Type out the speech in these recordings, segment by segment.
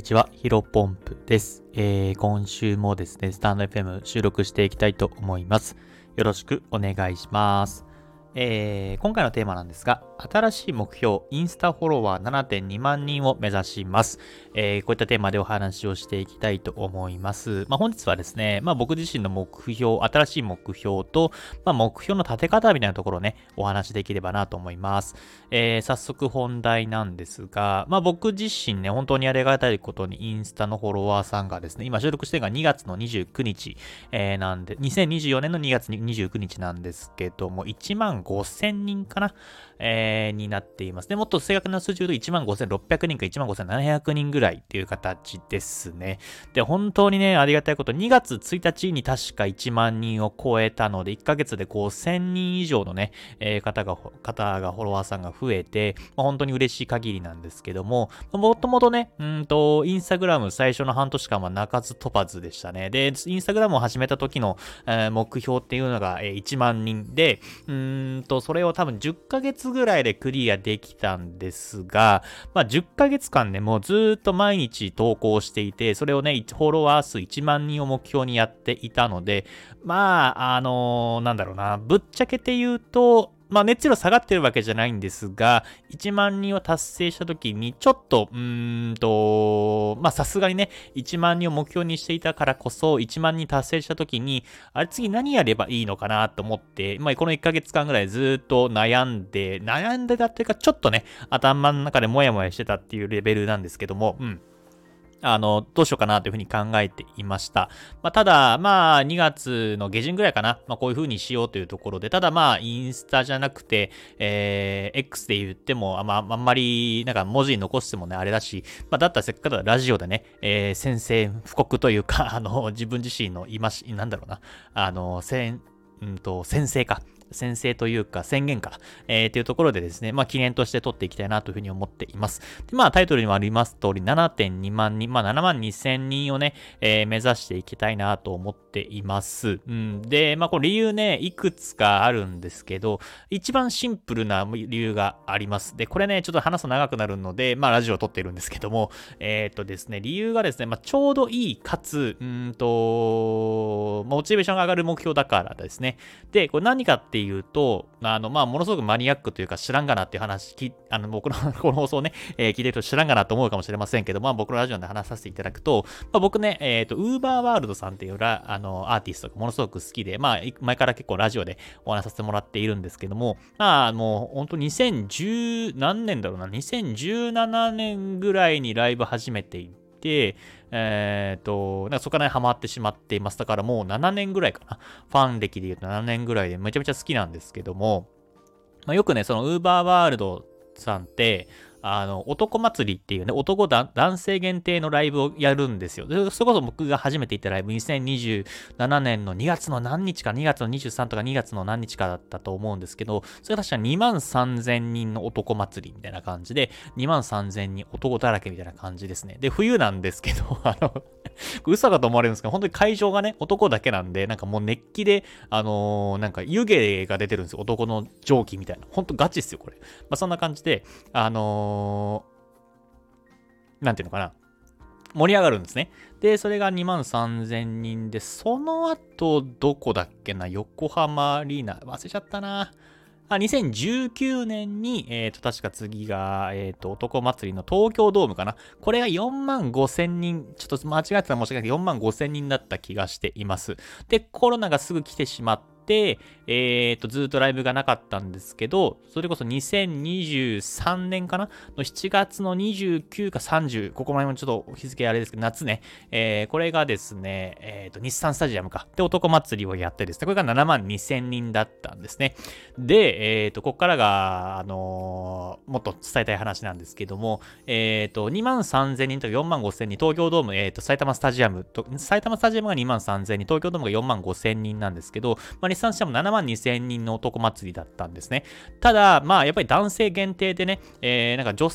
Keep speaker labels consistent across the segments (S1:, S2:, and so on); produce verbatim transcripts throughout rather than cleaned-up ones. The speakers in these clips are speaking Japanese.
S1: にちは、ヒロポンプです、えー。今週もですね、スタンド エフエム 収録していきたいと思います。よろしくお願いします。えー、今回のテーマなんですが、新しい目標、インスタフォロワー ななてんにまんにんを目指します。えー、こういったテーマでお話をしていきたいと思います。まあ、本日はですね、まあ、僕自身の目標、新しい目標と、まあ、目標の立て方みたいなところをね、お話できればなと思います。えー、早速本題なんですが、まあ、僕自身ね、本当にありがたいことにインスタのフォロワーさんがですね、今収録してるのがにがつのにじゅうくにち、えー、なんで、にせんにじゅうよねんのにがつにじゅうくにちなんですけども、いちまんごせんにんかな、えー、になっています。で、もっと正確な数字言うといちまんごせんろっぴゃくにんかいちまんごせんななひゃくにんぐらいっていう形ですね。で、本当にね、ありがたいこと、にがつついたちに確かいちまんにんを超えたので、いっかげつでごせんにん以上のね、えー、方が、方がフォロワーさんが増えて、まあ、本当に嬉しい限りなんですけども、もともとね、うんと、インスタグラム最初の半年間は鳴かず飛ばずでしたね。で、インスタグラムを始めた時の、えー、目標っていうのが、えー、いちまんにんで、うーんと、それを多分じゅっかげつぐらいでクリアできたんですが、まあ、じゅっかげつかんね、もうずーっと毎日投稿していて、それをね、フォロワー数いちまんにんを目標にやっていたので、まあ、あのー、なんだろうな、ぶっちゃけて言うと、まあ、熱量下がってるわけじゃないんですが、いちまんにんを達成したときに、ちょっと、うーんと、まあ、さすがにね、いちまんにんを目標にしていたからこそ、いちまんにん達成したときに、あれ次何やればいいのかなと思って、まあ、このいっかげつかんぐらいずっと悩んで、悩んでたっていうか、ちょっとね、頭の中でモヤモヤしてたっていうレベルなんですけども、うん。あの、どうしようかなというふうに考えていました。まあ、ただ、まあ、にがつの下旬ぐらいかな。まあ、こういうふうにしようというところで、ただまあ、インスタじゃなくて、えー、X で言っても、あまあ、あんまり、なんか文字に残してもね、あれだし、まあ、だったらせっかくラジオでね、えー、宣戦布告というか、あの、自分自身の今し、なんだろうな、あの、せん、うんと、宣誓か。宣誓というか宣言か、えー、というところでですね、まあ記念として取っていきたいなというふうに思っています。で、まあタイトルにもあります通り ななてんにまんにん、まあななまんにせんにんをね、えー、目指していきたいなと思っています。うん、で、まあこれ理由ね、いくつかあるんですけど、一番シンプルな理由があります。で、これね、ちょっと話すと長くなるので、まあラジオを撮ってるんですけども、えっとですね、理由がですね、まあちょうどいいかつ、うんと、モチベーションが上がる目標だからですね。で、これ何かっていう言うと、あの、まあ、ものすごくマニアックというか知らんがなっていう話、きあの、僕のこの放送ね、えー、聞いてると知らんがなと思うかもしれませんけど、まあ、僕のラジオで話させていただくと、まあ、僕ね、えっと、ウーバーワールドさんっていうラ、あの、アーティストがものすごく好きで、まあ、前から結構ラジオでお話しさせてもらっているんですけども、まあ、もう、ほんとにせんじゅう、何年だろうな、にせんじゅうななねんぐらいにライブ始めていて、で、えっと、なんかそこからハマってしまっています。だからもうななねんぐらいかな。ファン歴で言うとななねんぐらいでめちゃめちゃ好きなんですけども、まあ、よくね、そのウーバーワールドさんって、あの、男祭りっていうね、男だ、男性限定のライブをやるんですよ。で、それこそ僕が初めて行ったライブ、にせんにじゅうななねんのにがつの何日か、にがつのにじゅうさんとかにがつの何日かだったと思うんですけど、それ確かにまんさんぜんにんの男祭りみたいな感じで、にまんさんぜんにん男だらけみたいな感じですね。で、冬なんですけど、あの、嘘かと思われるんですけど、本当に会場がね、男だけなんで、なんかもう熱気で、あのー、なんか湯気が出てるんですよ。男の蒸気みたいな。本当ガチっすよ、これ。まあ、そんな感じで、あのー、なんていうのかな。盛り上がるんですね。で、それがにまんさんぜんにんで、その後、どこだっけな、横浜アリーナ、忘れちゃったな。あ、にせんじゅうきゅうねんに、えっと、確か次が、えっと、男祭りの東京ドームかな。これがよんまんごせんにん、ちょっと間違えてたら申し訳ないけど、よんまんごせんにんだった気がしています。で、コロナがすぐ来てしまって、えっと、ずっとライブがなかったんですけど、それこそにせんにじゅうさんねんかなのしちがつのにじゅうくかさんじゅう、ここまでもちょっと日付あれですけど、夏ね、えー、これがですね、えっと、日産スタジアムか。で、男祭りをやってですね、これがななまんにせんにんだったんですね。で、えっと、ここからが、あのー、もっと伝えたい話なんですけども、えっと、にまんさんぜんにんとかよんまんごせんにん、東京ドーム、えっと、埼玉スタジアムと、埼玉スタジアムがにまんさんぜんにん、東京ドームがよんまんごせんにんなんですけど、まあ、日産スタジアムななまんにせんにんの男祭りだったんですね。ただ、まあ、やっぱり男性限定でね、えー、なんか女性、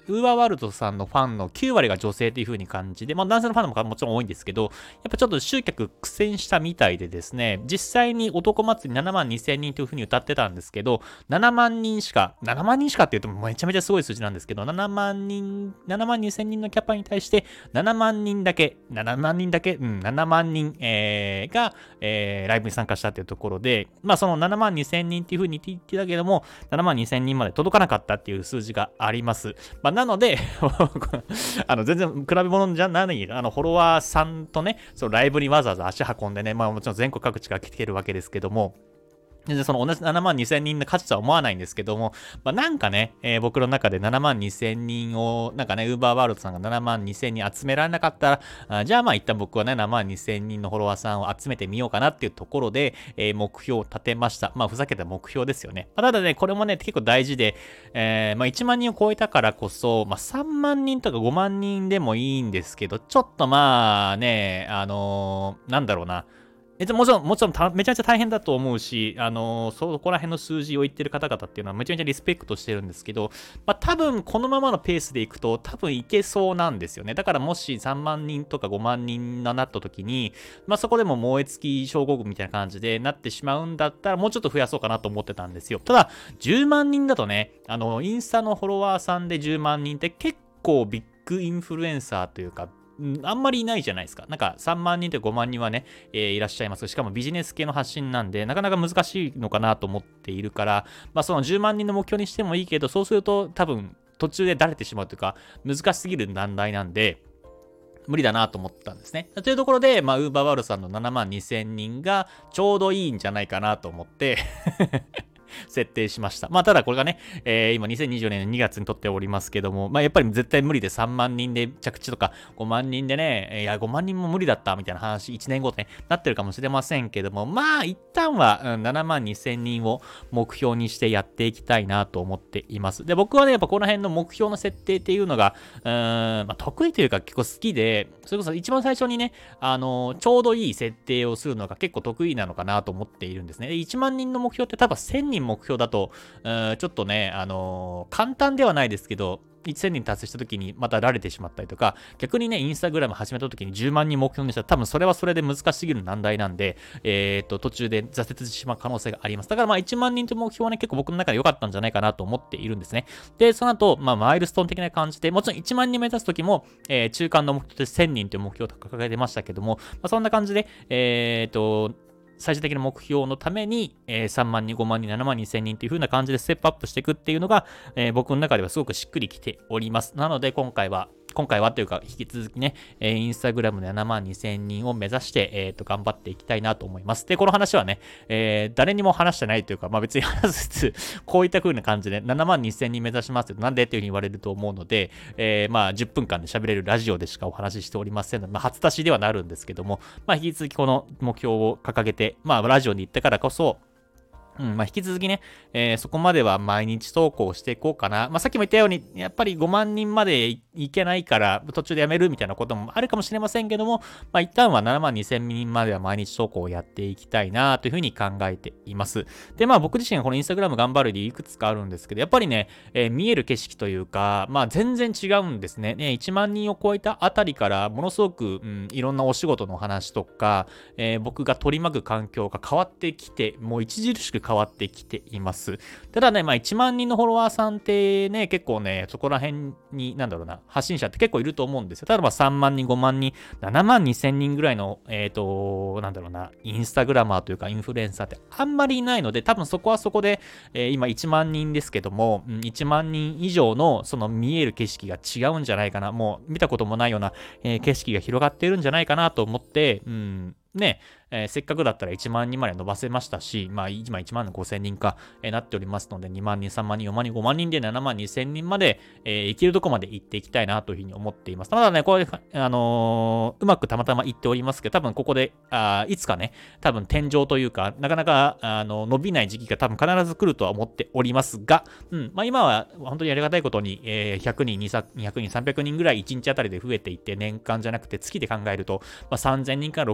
S1: ウーバーワールドさんのファンのきゅう割が女性っていう風に感じで、まあ男性のファンももちろん多いんですけど、やっぱちょっと集客苦戦したみたいでですね、実際に男祭りななまんにせんにんという風に歌ってたんですけど、ななまんにんしか、ななまんにんしかって言うとめちゃめちゃすごい数字なんですけど、ななまんにん、ななまんにせんにんのキャパに対してななまんにんだけ、ななまんにんだけ、うん、ななまんにん、えー、が、えー、ライブに参加したっていうところで、まあそのななまんにせんにんっていう風に言ってたけども、ななまんにせんにんまで届かなかったっていう数字があります。まあなので、あの全然比べ物じゃない、あのフォロワーさんとね、そのライブにわざわざ足運んでね、まあもちろん全国各地から来てるわけですけども、全然その同じななまんにせんにんの価値とは思わないんですけども、まあ、なんかね、えー、僕の中でななまんにせんにんを、なんかね、ウーバーワールドさんがななまんにせんにん集められなかったら、あじゃあまあ一旦僕はね、ななまんにせんにんのフォロワーさんを集めてみようかなっていうところで、えー、目標を立てました。まあふざけた目標ですよね。まあ、ただね、これもね、結構大事で、えー、まあいちまんにんを超えたからこそ、まあさんまんにんとかごまんにんでもいいんですけど、ちょっとまあね、あのー、なんだろうな、えもちろん、もちろんめちゃめちゃ大変だと思うし、あのー、そこら辺の数字を言ってる方々っていうのはめちゃめちゃリスペクトしてるんですけど、まあ多分このままのペースでいくと多分いけそうなんですよね。だからもしさんまんにんとかごまんにんになった時に、まあそこでも燃え尽き症候群みたいな感じでなってしまうんだったらもうちょっと増やそうかなと思ってたんですよ。ただ、じゅうまんにんだとね、あの、インスタのフォロワーさんでじゅうまんにんって結構ビッグインフルエンサーというか、あんまりいないじゃないですか。なんかさんまんにんとごまんにんはね、えー、いらっしゃいます。しかもビジネス系の発信なんで、なかなか難しいのかなと思っているから、まあそのじゅうまんにんの目標にしてもいいけど、そうすると多分途中でだれてしまうというか、難しすぎる難題なんで、無理だなと思ったんですね。というところで、まあ、ウーバーワールドさんのななまんにせんにんがちょうどいいんじゃないかなと思って、設定しました。まあ、ただこれがね、えー、今にせんにじゅうよねんのにがつに撮っておりますけども、まあ、やっぱり絶対無理でさんまんにんで着地とかごまんにんでね、いや、ごまんにんも無理だったみたいな話、いちねんごとね、なってるかもしれませんけども、まあ、一旦は、うん、ななまんにせんにんを目標にしてやっていきたいなと思っています。で、僕はね、やっぱこの辺の目標の設定っていうのが、うーん、まあ、得意というか結構好きで、それこそ一番最初にね、あの、ちょうどいい設定をするのが結構得意なのかなと思っているんですね。でいちまんにんの目標って多分せんにん目標だと、ちょっとね、あのー、簡単ではないですけど、せんにん達成した時にまたられてしまったりとか、逆にね、インスタグラム始めた時にじゅうまんにん目標にしたら多分それはそれで難しすぎる難題なんで、えっと、途中で挫折してしまう可能性があります。だからまあいちまんにんという目標はね、結構僕の中で良かったんじゃないかなと思っているんですね。で、その後、まあマイルストーン的な感じで、もちろんいちまんにん目指す時も、えー、中間の目標としてせんにんという目標を掲げてましたけども、まあ、そんな感じで、えっと、最終的な目標のために、えー、さんまんにん、ごまんにん、ななまんにせんにんという風な感じでステップアップしていくっていうのが、えー、僕の中ではすごくしっくりきております。なので今回は、今回はというか引き続きね、えー、インスタグラムでななまんにせんにんを目指して、えー、と頑張っていきたいなと思います。で、この話はね、えー、誰にも話してないというか、まあ別に話せつつ、こういった風な感じでななまんにせんにん目指しますけど、なんでっていう風に言われると思うので、えー、まあじゅっぷんかんで喋れるラジオでしかお話ししておりませんので、まあ初出しではなるんですけども、まあ引き続きこの目標を掲げて、まあラジオに行ったからこそ、うん、まあ、引き続きね、えー、そこまでは毎日投稿していこうかな。まあ、さっきも言ったように、やっぱりごまんにんまでいけないから、途中でやめるみたいなこともあるかもしれませんけども、まあ、一旦はななまんにせんにんまでは毎日投稿をやっていきたいなというふうに考えています。で、まあ、僕自身がこのインスタグラム頑張るでいくつかあるんですけど、やっぱりね、えー、見える景色というか、まあ、全然違うんですね。ね、いちまんにんを超えたあたりから、ものすごく、うん、いろんなお仕事の話とか、えー、僕が取り巻く環境が変わってきて、もう著しく変わってきています。ただね、まあいちまんにんのフォロワーさんってね、結構ね、そこら辺に、なんだろうな、発信者って結構いると思うんですよ。ただまあさんまんにん、ごまんにん、ななまんにせんにんぐらいの、えっと、なんだろうな、インスタグラマーというかインフルエンサーってあんまりいないので、多分そこはそこで、えー、今いちまんにんですけども、いちまんにん以上のその見える景色が違うんじゃないかな。もう見たこともないような、えー、景色が広がっているんじゃないかなと思って、うん、ね、えー、せっかくだったらいちまんにんまで伸ばせましたし、まあ今いちまんごせんにんか、えー、なっておりますので、にまんにん、さんまんにん、よんまんにん、ごまんにんでななまんにせんにんまで、えー、行けるとこまで行っていきたいなというふうに思っています。ただね、これ、あのー、うまくたまたま行っておりますけど、多分ここで、あいつかね、多分天井というか、なかなか、あの、伸びない時期が多分必ず来るとは思っておりますが、うん、まあ今は本当にありがたいことに、えー、ひゃくにん、にひゃくにん、さんびゃくにんぐらいいちにちあたりで増えていって、年間じゃなくて月で考えると、まあ、さんぜんにんからろくせんにんぐらい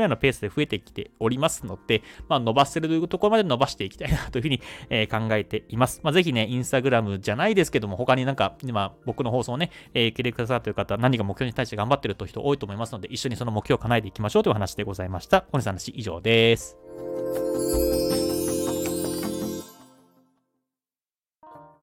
S1: らいのペースで増えてきておりますので、まあ、伸ばせるところまで伸ばしていきたいなというふうに、えー、考えています。まあ、ぜひね、インスタグラムじゃないですけども、他になんか、今、僕の放送をね、えー、聞いてくださっている方、何か目標に対して頑張ってるという人多いと思いますので、一緒にその目標を叶えていきましょうという話でございました。本日の話以上です。